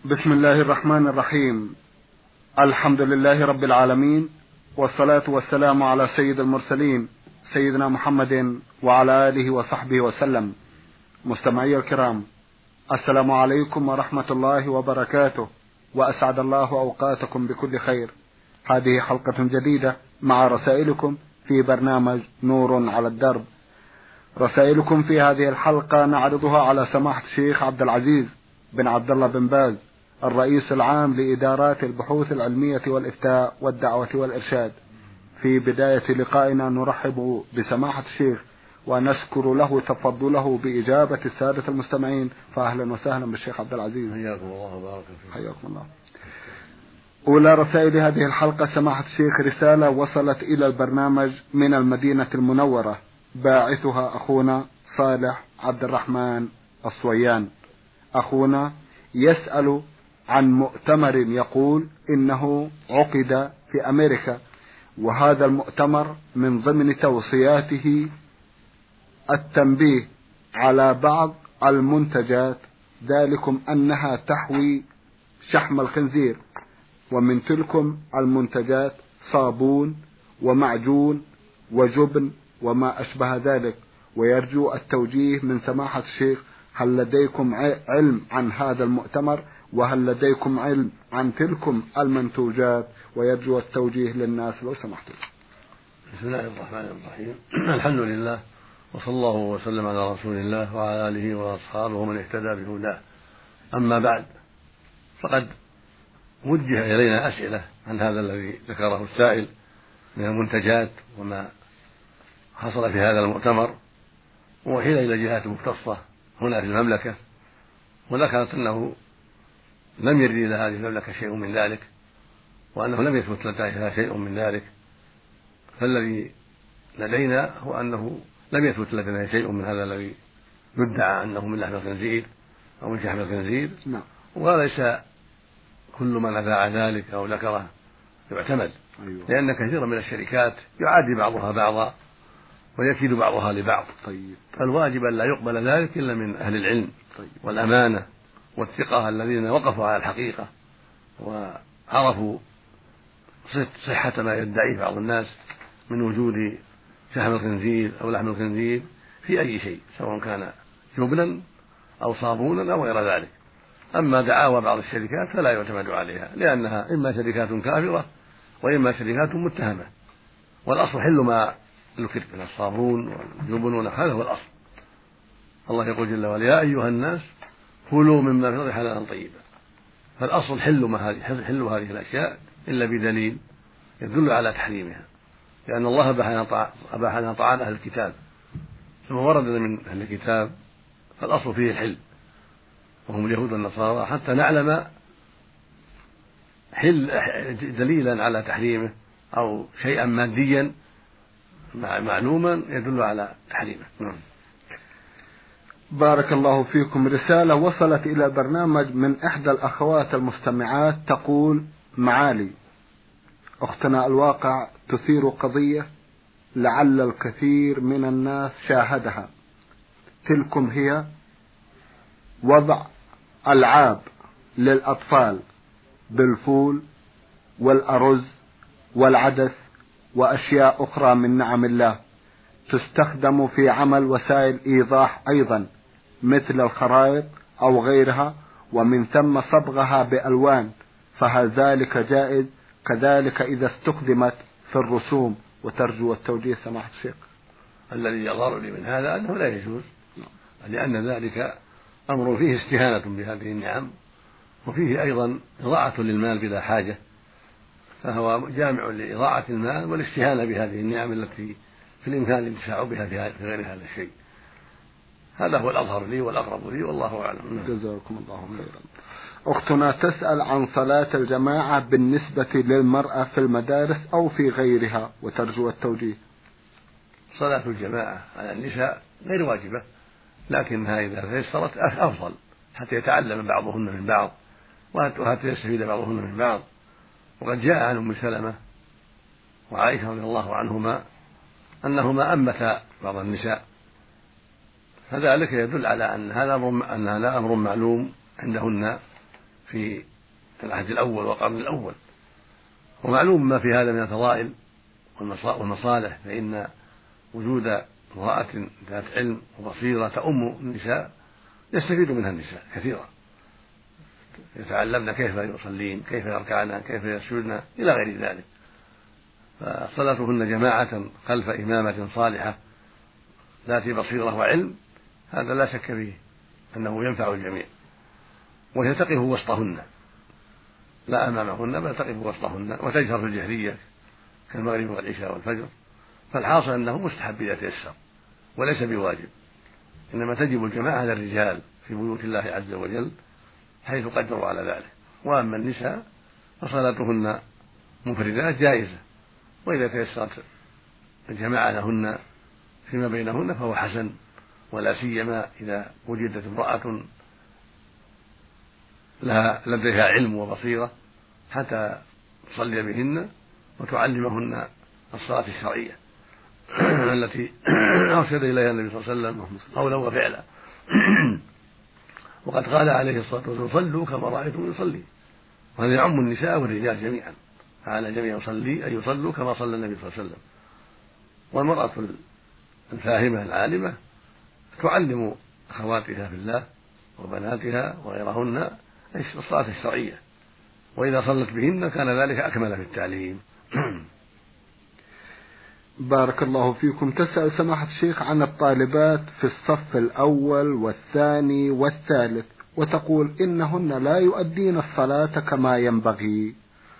بسم الله الرحمن الرحيم. الحمد لله رب العالمين، والصلاة والسلام على سيد المرسلين سيدنا محمد وعلى آله وصحبه وسلم. مستمعي الكرام، السلام عليكم ورحمة الله وبركاته، وأسعد الله أوقاتكم بكل خير. هذه حلقة جديدة مع رسائلكم في برنامج نور على الدرب. رسائلكم في هذه الحلقة نعرضها على سماحة الشيخ عبد العزيز بن عبد الله بن باز، الرئيس العام لإدارات البحوث العلمية والإفتاء والدعوة والإرشاد. في بداية لقائنا نرحب بسماحة الشيخ ونشكر له تفضله بإجابة السادة المستمعين، فأهلا وسهلا بالشيخ عبد العزيز. حياكم الله وبارك فيكم. حياكم الله. أولى رسائل هذه الحلقة سماحة الشيخ رسالة وصلت إلى البرنامج من المدينة المنورة، باعثها أخونا صالح عبد الرحمن الصويان. أخونا يسأل عن مؤتمر يقول إنه عقد في أمريكا، وهذا المؤتمر من ضمن توصياته التنبيه على بعض المنتجات، ذلكم أنها تحوي شحم الخنزير، ومن تلكم المنتجات صابون ومعجون وجبن وما أشبه ذلك، ويرجو التوجيه من سماحة الشيخ، هل لديكم علم عن هذا المؤتمر؟ وهل لديكم علم عن تلكم المنتوجات؟ ويرجو التوجيه للناس لو سمحتم. بسم الله الرحمن الرحيم. الحمد لله، وصلى الله وسلم على رسول الله وعلى آله وأصحابه ومن اهتدى بهداه. أما بعد، فقد وجه إلينا أسئلة عن هذا الذي ذكره السائل من المنتجات وما حصل في هذا المؤتمر، ووحيل إلى جهات مختصة هنا في المملكة، وذكرت أنه لم يرد إلى هذه المملكة شيء من ذلك، وأنه لم يثبت لديها شيء من ذلك. فالذي لدينا هو أنه لم يثبت لدينا شيء من هذا الذي يدعى أنه من لحم الخنزير أو من شحم الخنزير، وليس كل من أذاع ذلك أو ذكره يعتمد، لأن كثيرا من الشركات يعادي بعضها بعضا ويكيد بعضها لبعض. فالواجب أن لا يقبل ذلك إلا من أهل العلم والأمانة والثقة الذين وقفوا على الحقيقة وعرفوا صحة ما يدعيه بعض الناس من وجود شحم الخنزير أو لحم الخنزير في أي شيء، سواء كان جبنا أو صابونا أو غير ذلك. أما دعاوى بعض الشركات فلا يعتمد عليها، لأنها إما شركات كافرة وإما شركات متهمة، والأصل حل ما ذكر من الصابون والجبن، هذا هو الأصل. الله يقول جل وعلا: يا أيها الناس كلوا مما في الأرض حلالا طيبا. فالأصل حل هذه الأشياء إلا بدليل يدل على تحريمها، لأن الله أباح لنا طعام أهل الكتاب، ثم ورد من أهل الكتاب فالأصل فيه الحل وهم اليهود والنصارى، حتى نعلم دليلا على تحريمه أو شيئا ماديا معلوما يدل على تحريمه. بارك الله فيكم. رسالة وصلت إلى البرنامج من إحدى الأخوات المستمعات تقول: معالي أختنا، الواقع تثير قضية لعل الكثير من الناس شاهدها، تلكم هي وضع ألعاب للأطفال بالفول والأرز والعدس وأشياء أخرى من نعم الله، تستخدم في عمل وسائل إيضاح أيضا مثل الخرائط أو غيرها، ومن ثم صبغها بألوان، فهل ذلك جائز؟ كذلك إذا استخدمت في الرسوم، وترجو التوجيه سماحة الشيخ. الذي يظهر لي من هذا أنه لا يجوز، لأن ذلك أمر فيه استهانة بهذه النعم، وفيه أيضا إضاعة للمال بلا حاجة، فهو جامع لإضاعة المال والاستهانة بهذه النعم التي في الإمكان الانتفاع بها في غير هذا الشيء. هذا هو الأظهر لي والأقرب لي، والله أعلم. جزاكم الله خيرا. أختنا تسأل عن صلاة الجماعة بالنسبة للمرأة في المدارس أو في غيرها، وترجو التوجيه. صلاة الجماعة على النساء غير واجبة، لكنها إذا تيسرت أفضل، حتى يتعلم بعضهن من بعض وحتى يستفيد بعضهن من بعض. وقد جاء عن أم سلمة وعائشة رضي الله عنهما أنهما أمتا بعض النساء، فذلك يدل على أن هذا أمر معلوم عندهن في العهد الأول والقرن الأول. ومعلوم ما في هذا من الفضائل والمصالح، فإن وجود امرأة ذات علم وبصيرة تؤم النساء يستفيد منها النساء كثيرا، يتعلمن كيف يصلين، كيف يركعن، كيف يسجدن إلى غير ذلك. فصلاتهن جماعة خلف إمامة صالحة ذات بصيرة وعلم هذا لا شك فيه أنه ينفع الجميع. وهي تقف وسطهن لا أمامهن، بل تقف وسطهن وتجهر في الجهرية كالمغرب والعشاء والفجر. فالحاصل أنه مستحب إذا تيسر وليس بواجب، إنما تجب الجماعة للرجال في بيوت الله عز وجل حيث قدروا على ذلك. وأما النساء فصلاتهن مفردات جائزة، وإذا تيسرت الجماعة لهن فيما بينهن فهو حسن، ولا سيما إذا وجدت امرأة لديها علم وبصيرة حتى تصلي بهن وتعلمهن الصلاة الشرعية التي أرشد إليها النبي صلى الله عليه وسلم قولا وفعلا. وقد قال عليه الصلاة والسلام: صلوا كما رأيتم يصلي. وهذا يعم النساء والرجال جميعا، فعلى جميع يصلي أن يصلوا كما صلى النبي صلى الله عليه وسلم. والمرأة الفاهمة العالمة تعلم أخواتها في الله وبناتها وغيرهن الصلاة الشرعية، وإذا صلت بهن كان ذلك أكمل في التعليم. بارك الله فيكم. تسأل سماحة الشيخ عن الطالبات في الصف الأول والثاني والثالث، وتقول إنهن لا يؤدين الصلاة كما ينبغي.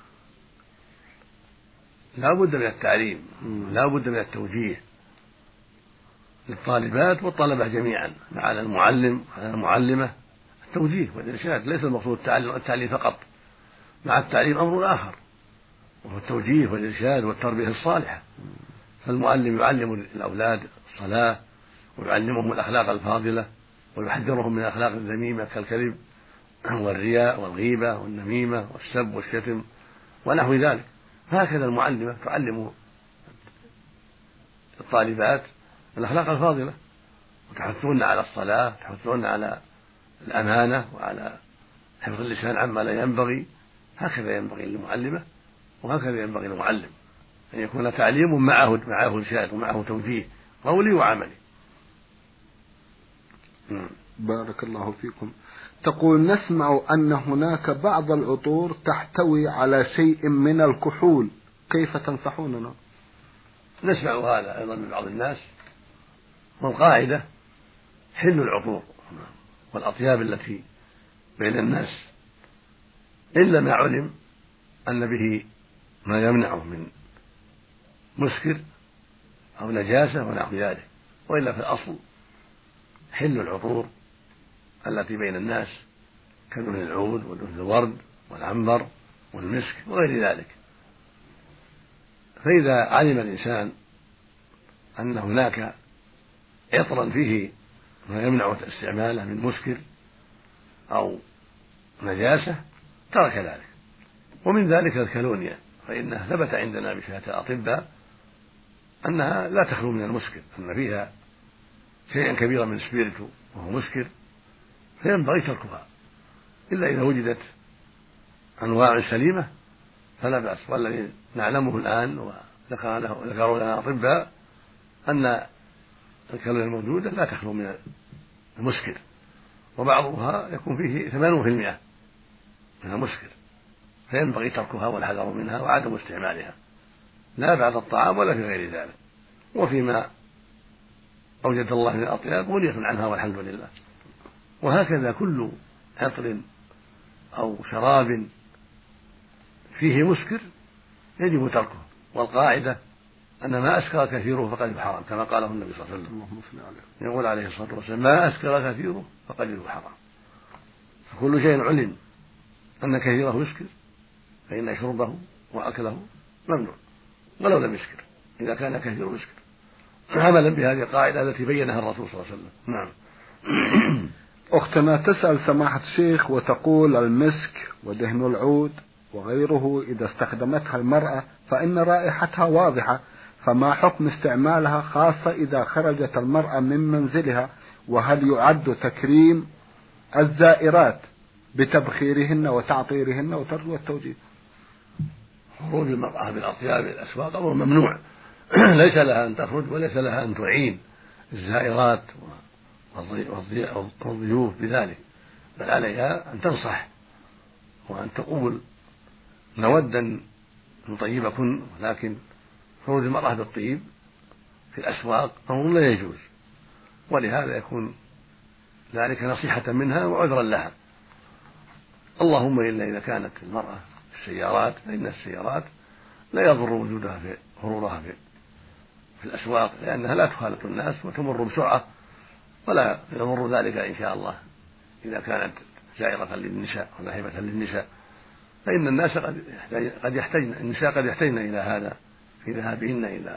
لا بد من التعليم، لا بد من التوجيه للطالبات والطلبة جميعا، مع المعلم وعلى المعلمة التوجيه والإرشاد. ليس المقصود التعليم فقط، مع التعليم أمر آخر وهو التوجيه والإرشاد والتربية الصالحة. فالمعلم يعلم الأولاد الصلاة ويعلمهم الأخلاق الفاضلة ويحذرهم من الأخلاق الذميمة كالكذب والرياء والغيبة والنميمة والسب والشتم ونحو ذلك. هكذا المعلمة تعلم الطالبات الأخلاق الفاضلة وتحثون على الصلاة، تحثون على الأمانة وعلى حفظ اللسان عما لا ينبغي. هكذا ينبغي للمعلمة وهكذا ينبغي للمعلم، أن يكون تعليم معه إرشاد ومعه توجيه قولي وعملي. بارك الله فيكم. تقول: نسمع أن هناك بعض العطور تحتوي على شيء من الكحول، كيف تنصحوننا؟ نسمع هذا أيضا من بعض الناس، والقاعدة حل العطور والأطياب التي بين الناس إلا ما علم أن به ما يمنعه من مسكر أو نجاسة ونحو ذلك، وإلا في الأصل حل العطور التي بين الناس كدهن العود ودهن الورد والعنبر والمسك وغير ذلك. فإذا علم الإنسان أن هناك عطرا فيه ما يمنع استعماله من مسكر أو نجاسة ترك ذلك. ومن ذلك الكالونيا، فإنها ثبت عندنا بشهادة الأطباء أنها لا تخلو من المسكر، أن فيها شيئا كبيرا من سبيرتو وهو مسكر، فينبغي تركها إلا إذا وجدت أنواع سليمة فلا بأس. والذي نعلمه الآن وذكروا لنا الأطباء أن الكالوريا الموجودة لا تخلو من المسكر، وبعضها يكون فيه 80% من المسكر، فينبغي تركها والحذر منها وعدم استعمالها لا بعد الطعام ولا في غير ذلك. وفيما أوجد الله من الأطياب غنية عنها والحمد لله. وهكذا كل عطر أو شراب فيه مسكر يجب تركه، والقاعدة أن ما أسكر كثيره فقد حرام، كما قاله النبي صلى الله عليه وسلم. يقول عليه الصلاة والسلام: ما أسكر كثيره فقد حرام. فكل شيء علم أن كثيره يسكر فإن شربه وأكله ممنوع ولو لم يسكر، إذا كان كثيره يسكر، عملا بهذه القاعدة التي بينها الرسول صلى الله عليه وسلم. نعم. أختنا تسأل سماحة الشيخ وتقول: المسك ودهن العود وغيره إذا استخدمتها المرأة فإن رائحتها واضحة، فما حكم استعمالها خاصة إذا خرجت المرأة من منزلها؟ وهل يعد تكريم الزائرات بتبخيرهن وتعطيرهن وترك والتوجيه. خروج المرأة بالأطياب الأسواق أمر ممنوع. ليس لها أن تخرج وليس لها أن تعين الزائرات والضيوف بذلك، بل عليها أن تنصح وأن تقول نود أن نطيبكن، ولكن خروج المرأة بالطيب في الأسواق أمر لا يجوز، ولهذا يكون ذلك نصيحة منها وعذرا لها. اللهم إلا إذا كانت المرأة في السيارات، فإن السيارات لا يضر وجودها في مرورها في الأسواق، لأنها لا تخالط الناس وتمر بسرعة، ولا يضر ذلك إن شاء الله إذا كانت زائرة للنساء وناهبة للنساء، فإن الناس النساء قد يحتاجن إلى هذا في ذهابهن إلى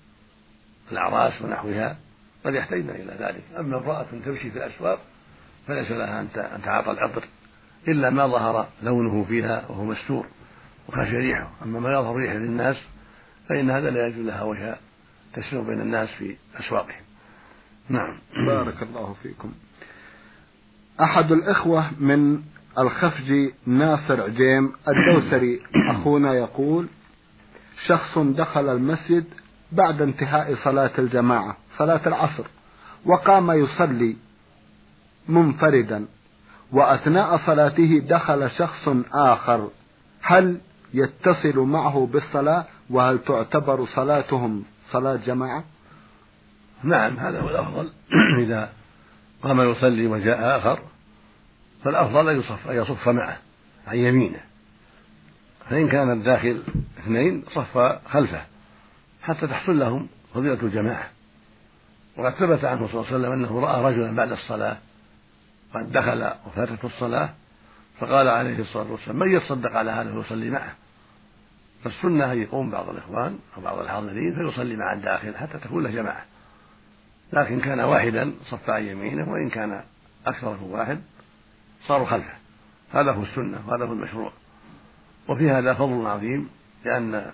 الأعراس ونحوها، قد يحتاجن إلى ذلك. أما امرأة تمشي في الأسواق فليس لها أن تعاطى العطر إلا ما ظهر لونه فيها وهو مستور وخشي ريحه، أما ما يظهر ريحه للناس فإن هذا لا يجوز لها وجه تسير بين الناس في أسواقهم. نعم. بارك الله فيكم. أحد الإخوة من الخفجي ناصر عجيم الدوسري أخونا يقول: شخص دخل المسجد بعد انتهاء صلاة الجماعة صلاة العصر وقام يصلي منفردا، وأثناء صلاته دخل شخص آخر، هل يتصل معه بالصلاة؟ وهل تعتبر صلاتهم صلاة جماعة؟ نعم، هذا هو الأفضل. إذا قام يصلي وجاء آخر فالأفضل أن يصف معه عن يمينه، فإن كان الداخل اثنين صف خلفه حتى تحصل لهم فضيلة الجماعة. وقد ثبت عنه صلى الله عليه وسلم أنه رأى رجلا بعد الصلاة قد دخل وفاتته الصلاة، فقال عليه الصلاة والسلام: من يتصدق على هذا ويصلي معه؟ فالسنة أن يقوم بعض الإخوان أو بعض الحاضرين فيصلي مع الداخل حتى تكون له جماعة، لكن كان واحدا صف عن يمينه، وإن كان أكثر من واحد صاروا خلفه. هذا هو السنة وهذا هو المشروع. وفي هذا فضل عظيم، لأن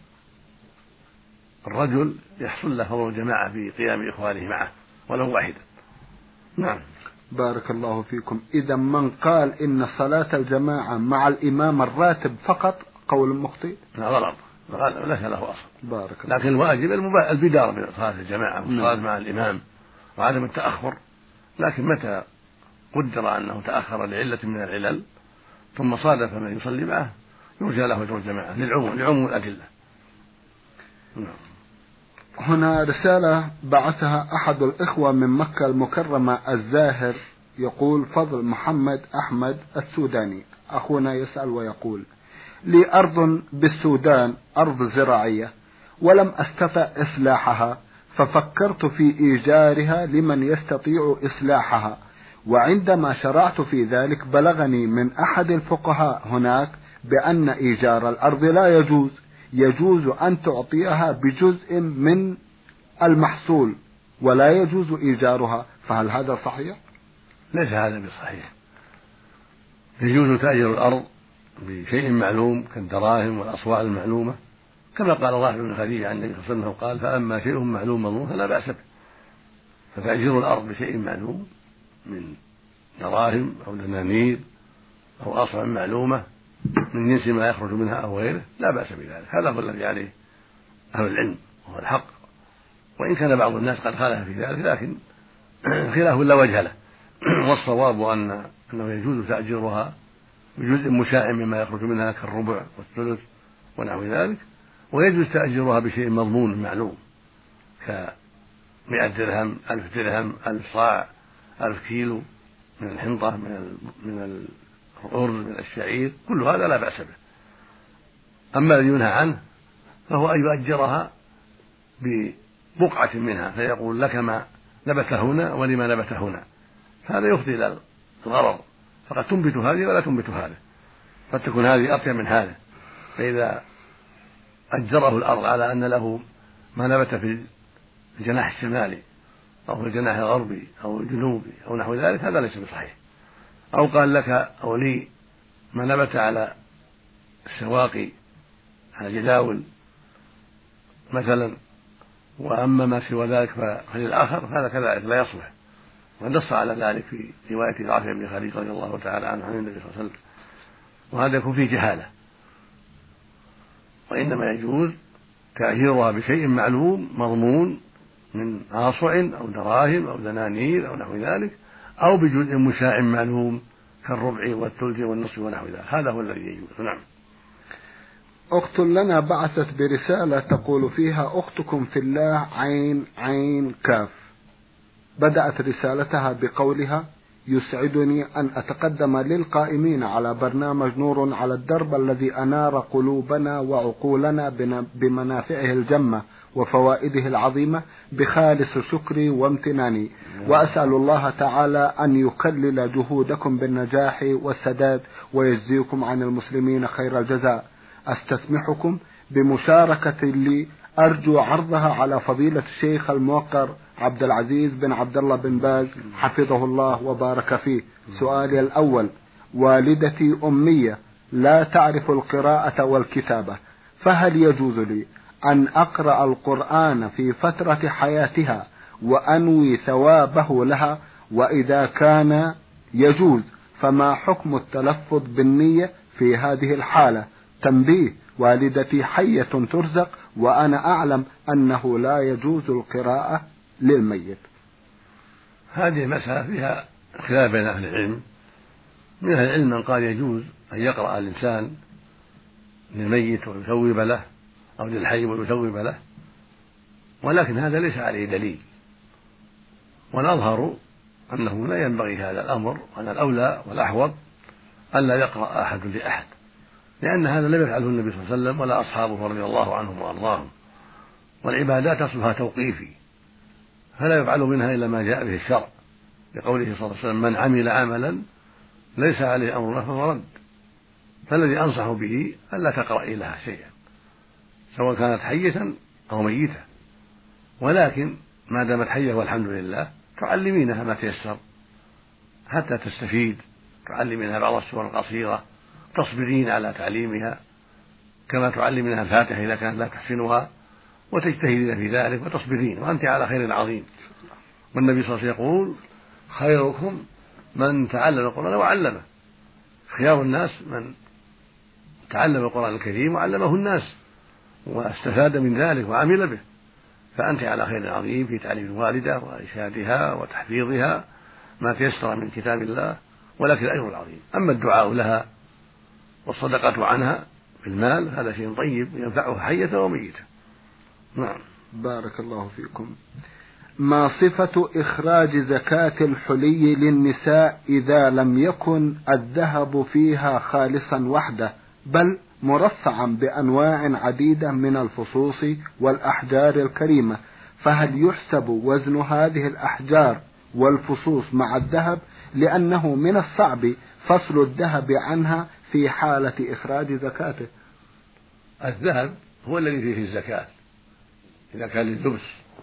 الرجل يحصل له فضل الجماعة في قيام إخوانه معه ولو واحدا. نعم. بارك الله فيكم. إذا من قال إن صلاة الجماعة مع الإمام الراتب فقط قول مخطئ؟ لا، غلط، ليس له أصل. بارك الله. لكن الواجب البدار من صلاة الجماعة والصلاة مع الإمام وعدم التأخر، لكن متى قدر أنه تأخر لعلة من العلل ثم صادف من يصلي معه يرجى له أجر الجماعة لعموم الأدلة. هنا رسالة بعثها أحد الإخوة من مكة المكرمة الزاهر، يقول: فضل محمد أحمد السوداني أخونا يسأل ويقول: لي أرض بالسودان، أرض زراعية، ولم أستطع إصلاحها، ففكرت في إيجارها لمن يستطيع إصلاحها، وعندما شرعت في ذلك بلغني من أحد الفقهاء هناك بأن إيجار الأرض لا يجوز، يجوز أن تعطيها بجزء من المحصول ولا يجوز إيجارها، فهل هذا صحيح؟ ليس هذا بصحيح. يجوز تأجير الأرض بشيء معلوم كالدراهم والأصواع المعلومة، كما قال الله بن خديجة عن النبي صلى الله عليه وسلم قال: فأما شيء معلوم مضمون فلا بأس به. فتأجير الأرض بشيء معلوم من دراهم أو دنانير أو أصواع معلومة من جنس ما يخرج منها أو غيره لا بأس بذلك. هذا هو الذي عليه أهل العلم وهو الحق، وإن كان بعض الناس قد خالف في ذلك لكن خلاف لا وجه له. والصواب أنه يجوز تأجيرها بجزء مشاع مما يخرج منها كالربع والثلث ونحو ذلك، ويجوز تأجيرها بشيء مضمون معلوم ك100 درهم 1000 درهم 1000 صاع 1000 كيلو من الحنطة من الأرز من الشعير، كل هذا لا بأس به. أما الذي ينهى عنه فهو أن يؤجرها ببقعة منها، فيقول: لك ما نبت هنا ولما نبت هنا، هذا يفضي إلى الغرر، فقد تنبت هذه ولا تنبت هذه، قد تكون هذه أطيب من هذا. فإذا أجره الأرض على أن له ما نبت في الجناح الشمالي أو في الجناح الغربي أو الجنوبي أو نحو ذلك، هذا ليس بصحيح. أو قال: لك أو لي ما نبت على السواقي على جداول مثلا، وأما ما سوى ذلك فللآخر، هذا كذلك لا يصلح. ونص على ذلك في رواية رافع بن خديج رضي الله تعالى عنه عن النبي صلى الله عليه وسلم، وهذا يكون فيه جهالة، وإنما يجوز تأجيرها بشيء معلوم مضمون من عاصع أو دراهم أو دنانير أو نحو ذلك، أو بجزء مشاع معلوم كالربع والثلث والنصف ونحو ذلك، هذا هو الذي يجوز. نعم. أخت لنا بعثت برسالة تقول فيها: أختكم في الله عين كاف. بدأت رسالتها بقولها: يسعدني أن أتقدم للقائمين على برنامج نور على الدرب الذي أنار قلوبنا وعقولنا بمنافعه الجمة وفوائده العظيمة بخالص شكري وامتناني، وأسأل الله تعالى أن يكلل جهودكم بالنجاح والسداد ويجزيكم عن المسلمين خير الجزاء. أستسمحكم بمشاركة لي أرجو عرضها على فضيلة الشيخ الموقر عبد العزيز بن عبد الله بن باز حفظه الله وبارك فيه. سؤالي الأول: والدتي أمية لا تعرف القراءة والكتابة، فهل يجوز لي أن أقرأ القرآن في فترة حياتها وأنوي ثوابه لها؟ وإذا كان يجوز فما حكم التلفظ بالنية في هذه الحالة؟ تنبيه: والدتي حية ترزق، وأنا أعلم أنه لا يجوز القراءة للميت. هذه المسألة فيها خلاف بين أهل العلم. من أهل العلم من قال يجوز أن يقرأ الإنسان للميت ويثوب له، أو للحي ويثوب له، ولكن هذا ليس عليه دليل، والأظهر أنه لا ينبغي هذا الأمر، وأن الأولى والأحوط ألا يقرأ أحد لأحد، لأن هذا لم يفعله النبي صلى الله عليه وسلم ولا أصحابه رضي الله عنهم وأرضاهم، والعبادات أصلها توقيفي، فلا يفعل منها إلا ما جاء به الشرع، لقوله صلى الله عليه وسلم: من عمل عملا ليس عليه أمرنا فهو رد. فالذي أنصح به ألا تقرأي لها شيئا، سواء كانت حية أو ميتة، ولكن ما دامت حية والحمد لله تعلمينها ما تيسر حتى تستفيد، تعلمينها بعض السور القصيرة، تصبرين على تعليمها كما تعلمينها الفاتحة إذا كانت لا تحسنها، وتجتهدين في ذلك وتصبرين، وأنت على خير عظيم. والنبي صلى الله عليه وسلم يقول: خيركم من تعلم القرآن وعلمه. خيار الناس من تعلم القرآن الكريم وعلمه الناس واستفاد من ذلك وعمل به، فأنت على خير عظيم في تعليم الوالدة وإرشادها وتحفيظها ما تيسر من كتاب الله، ولكن الأجر العظيم. أما الدعاء لها والصدقة عنها بالمال هذا شيء طيب ينفعه حية وميتة. نعم. بارك الله فيكم. ما صفة إخراج زكاة الحلي للنساء إذا لم يكن الذهب فيها خالصا وحده، بل مرصعا بأنواع عديدة من الفصوص والأحجار الكريمة؟ فهل يحسب وزن هذه الأحجار والفصوص مع الذهب، لأنه من الصعب فصل الذهب عنها في حالة إخراج زكاته؟ الذهب هو الذي فيه الزكاة إذا كان لللبس،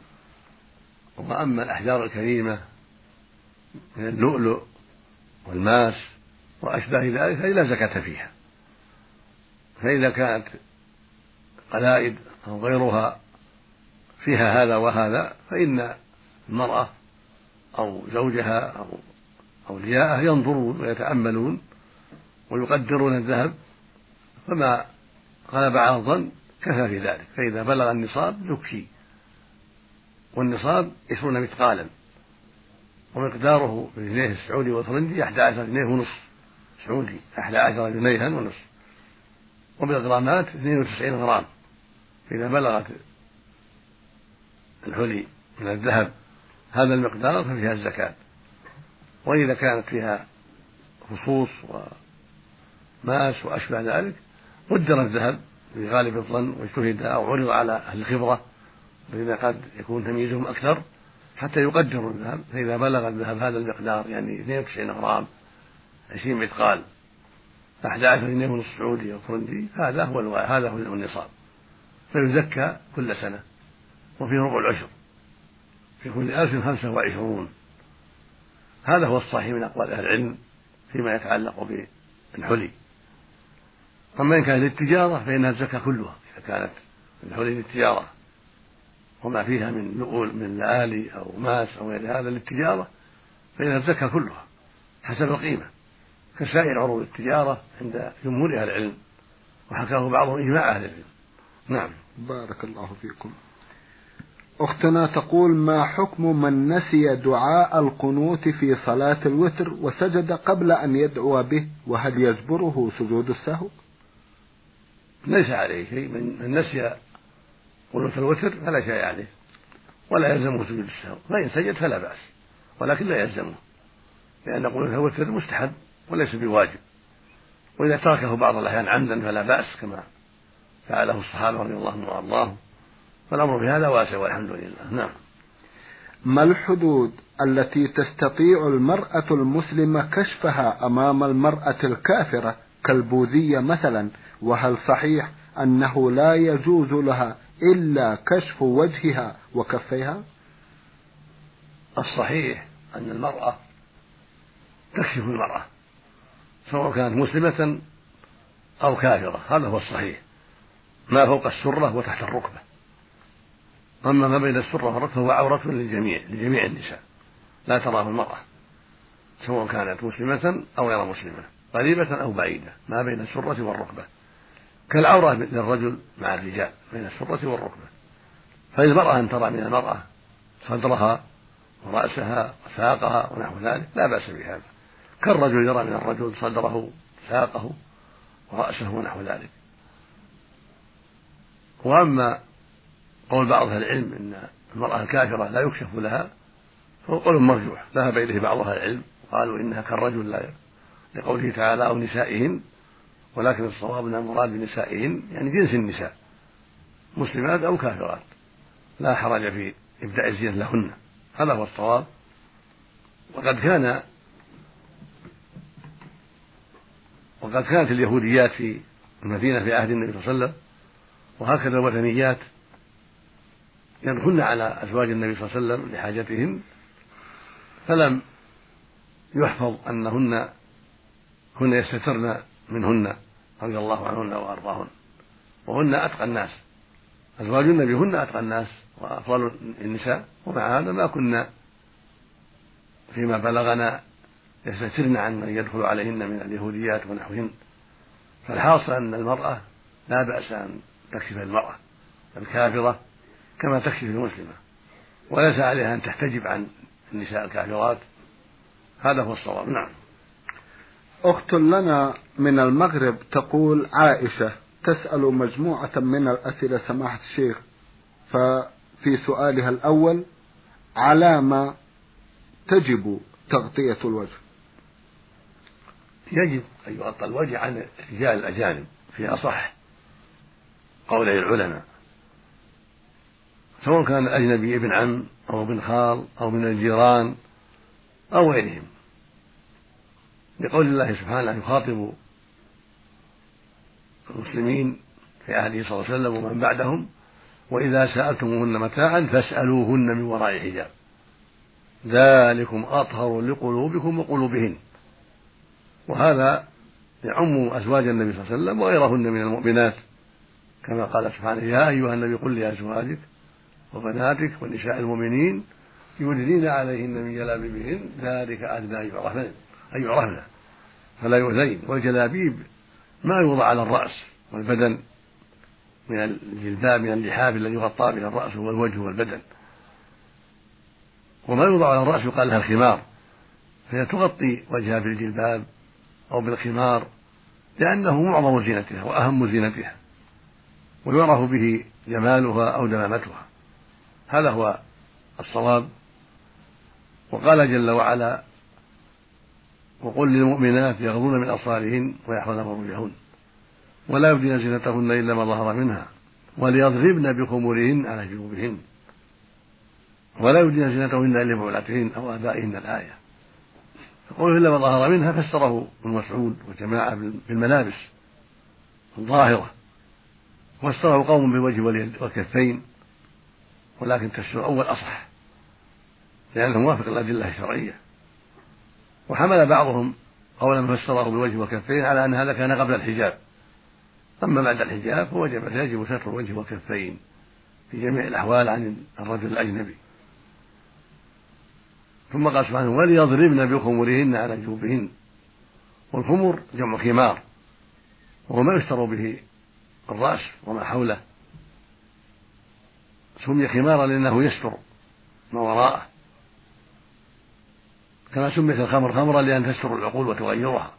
وأما الأحجار الكريمة من اللؤلؤ والماس وأشباه ذلك فهي لا زكاة فيها. فإذا كانت قلائد أو غيرها فيها هذا وهذا، فإن المرأة أو زوجها أو أولياءها ينظرون ويتأملون ويقدرون الذهب، فما غلب على الظن كفى في ذلك، فإذا بلغ النصاب يكفي. والنصاب 20 مثقالا، ومقداره بالجنيه السعودي والفرنجي 11 جنيه ونصف سعودي، 11 جنيها ونصف، وبالغرامات 92 غرام. إذا بلغت الحلي من الذهب هذا المقدار ففيها الزكاة. وإذا كانت فيها فصوص وماس وأشبه ذلك قدر الذهب بغالب الظن واجتهد أو عرض على أهل الخبرة الذين قد يكون تمييزهم أكثر حتى يقدروا الذهب، فإذا بلغ الذهب هذا المقدار يعني 92 غرام 20 مثقال 11 جنيه ونصف سعودي أو فرنجي، هذا هو النصاب، فيزكى كل سنة، وفيه ربع العشر في كل 1025. هذا هو الصحيح من أقوال أهل العلم فيما يتعلق بالحلي. أما إن كان للتجارة فإنها الزكاة كلها، إذا كانت الحلي للتجارة وما فيها من لؤلؤ من لآلي أو ماس أو غير هذا للتجارة فإنها تزكى كلها حسب القيمة كسائر عروض التجارة عند جمهور أهل العلم، وحكاه بعضهم إجماع أهل العلم. نعم. بارك الله فيكم. أختنا تقول: ما حكم من نسي دعاء القنوت في صلاة الوتر وسجد قبل أن يدعو به، وهل يجبره سجود السهو؟ ليس عليه شيء، من نسي قنوت الوتر فلا شيء عليه ولا يلزمه سجود السهو، فإن سجد فلا بأس، ولكن لا يلزمه، لأن قنوت الوتر مستحب وليس بواجب، وإذا تركه بعض الأحيان عمدا فلا بأس كما فعله الصحابة رضي الله عنهم وأرضاهم، فالأمر في هذا واسع والحمد لله. نعم. ما الحدود التي تستطيع المرأة المسلمة كشفها أمام المرأة الكافرة كالبوذية مثلا، وهل صحيح أنه لا يجوز لها إلا كشف وجهها وكفيها؟ الصحيح أن المرأة تكشف المرأة سواء كانت مسلمة أو كافرة، هذا هو الصحيح، ما فوق السرة وتحت الركبة، أما ما بين السرة والركبة هو عورة لجميع النساء، لا تراه المرأة سواء كانت مسلمة أو غير مسلمة، قريبة أو بعيدة، ما بين السرة والركبة كالعورة للرجل مع الرجال بين السرة والركبة. فالمرأة أن ترى من المرأة صدرها ورأسها وساقها ونحو ذلك لا بأس بهذا، كالرجل يرى من الرجل صدره ساقه ورأسه ونحو ذلك. وأما قول بعض أهل العلم إن المرأة الكافرة لا يكشف لها فهو قول مرجوح ذهب إليه بعض أهل العلم، قالوا إنها كالرجل لا لقوله تعالى أو نسائهن، ولكن الصواب أن المراد بنسائهن يعني جنس النساء مسلمات أو كافرات، لا حرج في إبداء الزينة لهن، هذا هو الصواب. وقد كانت اليهوديات في المدينة في عهد النبي صلى الله عليه وسلم، وهكذا الوثنيات يدخلن على أزواج النبي صلى الله عليه وسلم لحاجتهن، فلم يحفظ أنهن يستترن منهن رضي الله عنهن وأرضاهن، وهن أتقى الناس، أزواج النبي هن أتقى الناس وأفضل النساء، ومع هذا ما كنا فيما بلغنا يستترن عن من يدخل عليهن من اليهوديات ونحوهن. فالحاصل أن المرأة لا بأس أن تكشف المرأة الكافرة كما تكشف المسلمة، وليس عليها أن تحتجب عن النساء الكافرات، هذا هو الصواب. نعم. أخت لنا من المغرب تقول: عائشة تسأل مجموعة من الأسئلة سماحة الشيخ، ففي سؤالها الأول: على ما تجب تغطية الوجه؟ يجب أن يغطى الوجه عن الرجال الأجانب في أصح قولي العلماء، سواء كان الأجنبي ابن عم أو ابن خال أو من الجيران أو غيرهم، لقول الله سبحانه يخاطب المسلمين في عهده صلى الله عليه وسلم ومن بعدهم: وإذا سألتموهن متاعا فاسألوهن من وراء حجاب ذلكم أطهر لقلوبكم وقلوبهن. وهذا يعم أزواج النبي صلى الله عليه وسلم وغيرهن من المؤمنات، كما قال سبحانه: يا أيها النبي قل لأزواجك وبناتك ونساء المؤمنين يدنين عليهن من جلابيبهن ذلك أدنى أن يعرفن فلا يؤذين. والجلابيب ما يوضع على الرأس والبدن من الجلباب من اللحاف الذي يغطى به الرأس والوجه والبدن، وما يوضع على الرأس يقال لها الخمار، فهي تغطي وجهها بالجلباب أو بالخمار لأنه معظم زينتها وأهم زينتها ويعرف به جمالها أو دمامتها، هذا هو الصواب. وقال جل وعلا: وقل للمؤمنات يغضن من أبصارهن ويحفظن فروجهن ولا يبدين زينتهن إلا ما ظهر منها وليضربن بخمورهن على جيوبهن ولا يبدين زينتهن إلا لبعولتهن أو آبائهن الآية. فقوله إلا ما ظهر منها فسره ابن مسعود وجماعة بالملابس الظاهرة، وفسره قوم بالوجه والكفين، ولكن تفسير الأول أصح لأنه موافق الأدلة الشرعية. وحمل بعضهم قولا من فسره بالوجه والكفين على أن هذا كان قبل الحجاب، أما بعد الحجاب فيجب ستر الوجه والكفين في جميع الأحوال عن الرجل الأجنبي. ثم قال سبحانه وليضربن بخمرهن على جيوبهن. والخمر جمع خمار، وهو ما يستر به الرأس وما حوله، سمي خمارا لأنه يستر ما وراءه، كما سميت الخمر خمرا لأن تستر العقول وتغيرها،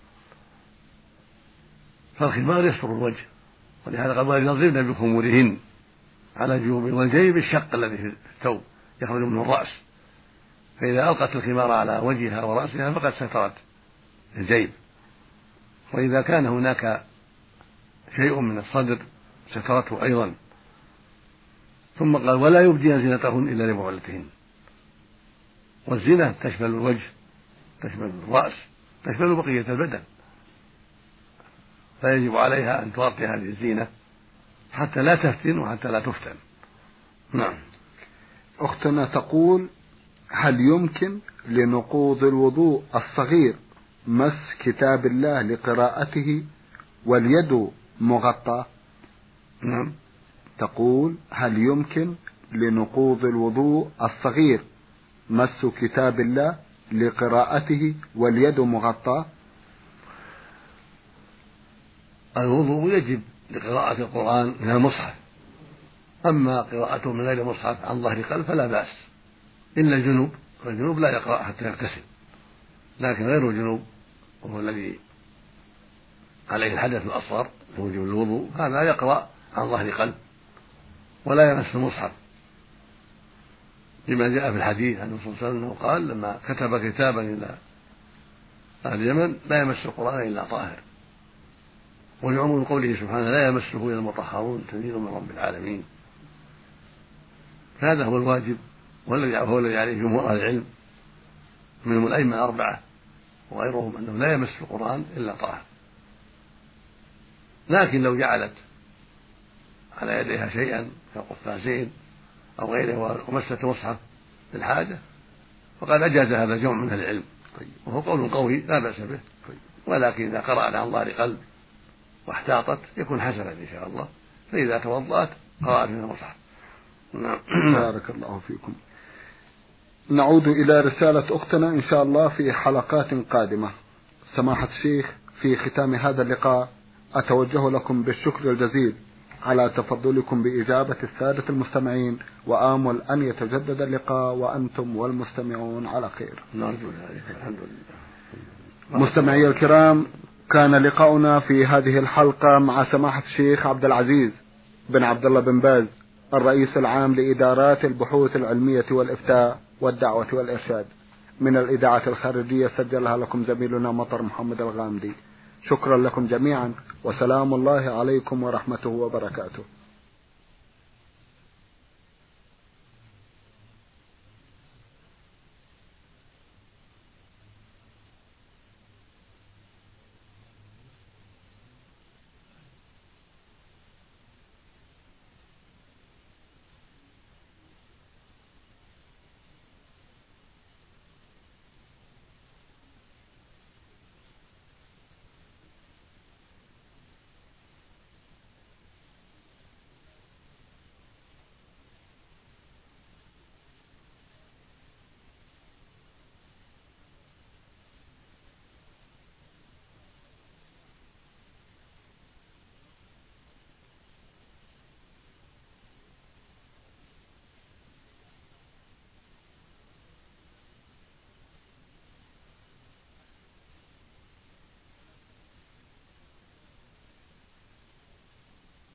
فالخمار يستر الوجه، ولهذا قال وليضربن بخمرهن على جيوبهن. والجيب الشق الذي في الثوب يخرج منه الرأس، فإذا ألقت الخمار على وجهها ورأسها فقد سترت الجيب، وإذا كان هناك شيء من الصدر سترته أيضا. ثم قال ولا يبدين زينتهن إلا لبعولتهن. والزينة تشمل الوجه، تشمل الرأس، تشمل بقية البدن، فيجب عليها أن تغطي هذه الزينة حتى لا تفتن وحتى لا تفتن. نعم. أختنا تقول هل يمكن لنقوض الوضوء الصغير مس كتاب الله لقراءته واليد مغطى؟ نعم. تقول هل يمكن لنقوض الوضوء الصغير مس كتاب الله لقراءته واليد مغطى؟ الوضوء يجب لقراءة القرآن من المصحف، أما قراءته من غير مصحف عن ظهر قلب فلا بأس، إلا الجنوب، فالجنوب لا يقرأ حتى يغتسل، لكن غير الجنوب وهو الذي عليه الحدث الأصغر موجب الوضوء هذا يقرأ عن ظهر قلب ولا يمس المصحف، لما جاء في الحديث عن الرسول صلى الله عليه وسلم قال لما كتب كتابا إلى أهل اليمن لا يمس القرآن إلا طاهر، ولعموم قوله سبحانه لا يمسه إلا المطهرون تنزيل من رب العالمين. فهذا هو الواجب وهو الذي عليه جمهور أهل العلم منهم الأئمة الأربعة وغيرهم أنه لا يمس القرآن إلا طاهر، لكن لو جعلت على يديها شيئا كقفازين أو غيره ومست مصحف للحاجة فقد أجاز هذا جمع من أهل العلم، وهو قول قوي لا بأس به، ولكن إذا قرأت عن ظهر قلب واحتاطت يكون حسنا إن شاء الله، فإذا توضأت قرأت من المصحف. نعم. بارك الله فيكم. نعود إلى رسالة أختنا إن شاء الله في حلقات قادمة. سماحة الشيخ، في ختام هذا اللقاء أتوجه لكم بالشكر الجزيل على تفضلكم بإجابة السادة المستمعين، وآمل أن يتجدد اللقاء وأنتم والمستمعون على خير. نرجو ذلك. الحمد لله. مستمعي الكرام، كان لقاؤنا في هذه الحلقة مع سماحة الشيخ عبد العزيز بن عبد الله بن باز، الرئيس العام لإدارات البحوث العلمية والإفتاء والدعوة والإرشاد، من الإذاعة الخارجية سجلها لكم زميلنا مطر محمد الغامدي. شكرا لكم جميعا، وسلام الله عليكم ورحمته وبركاته.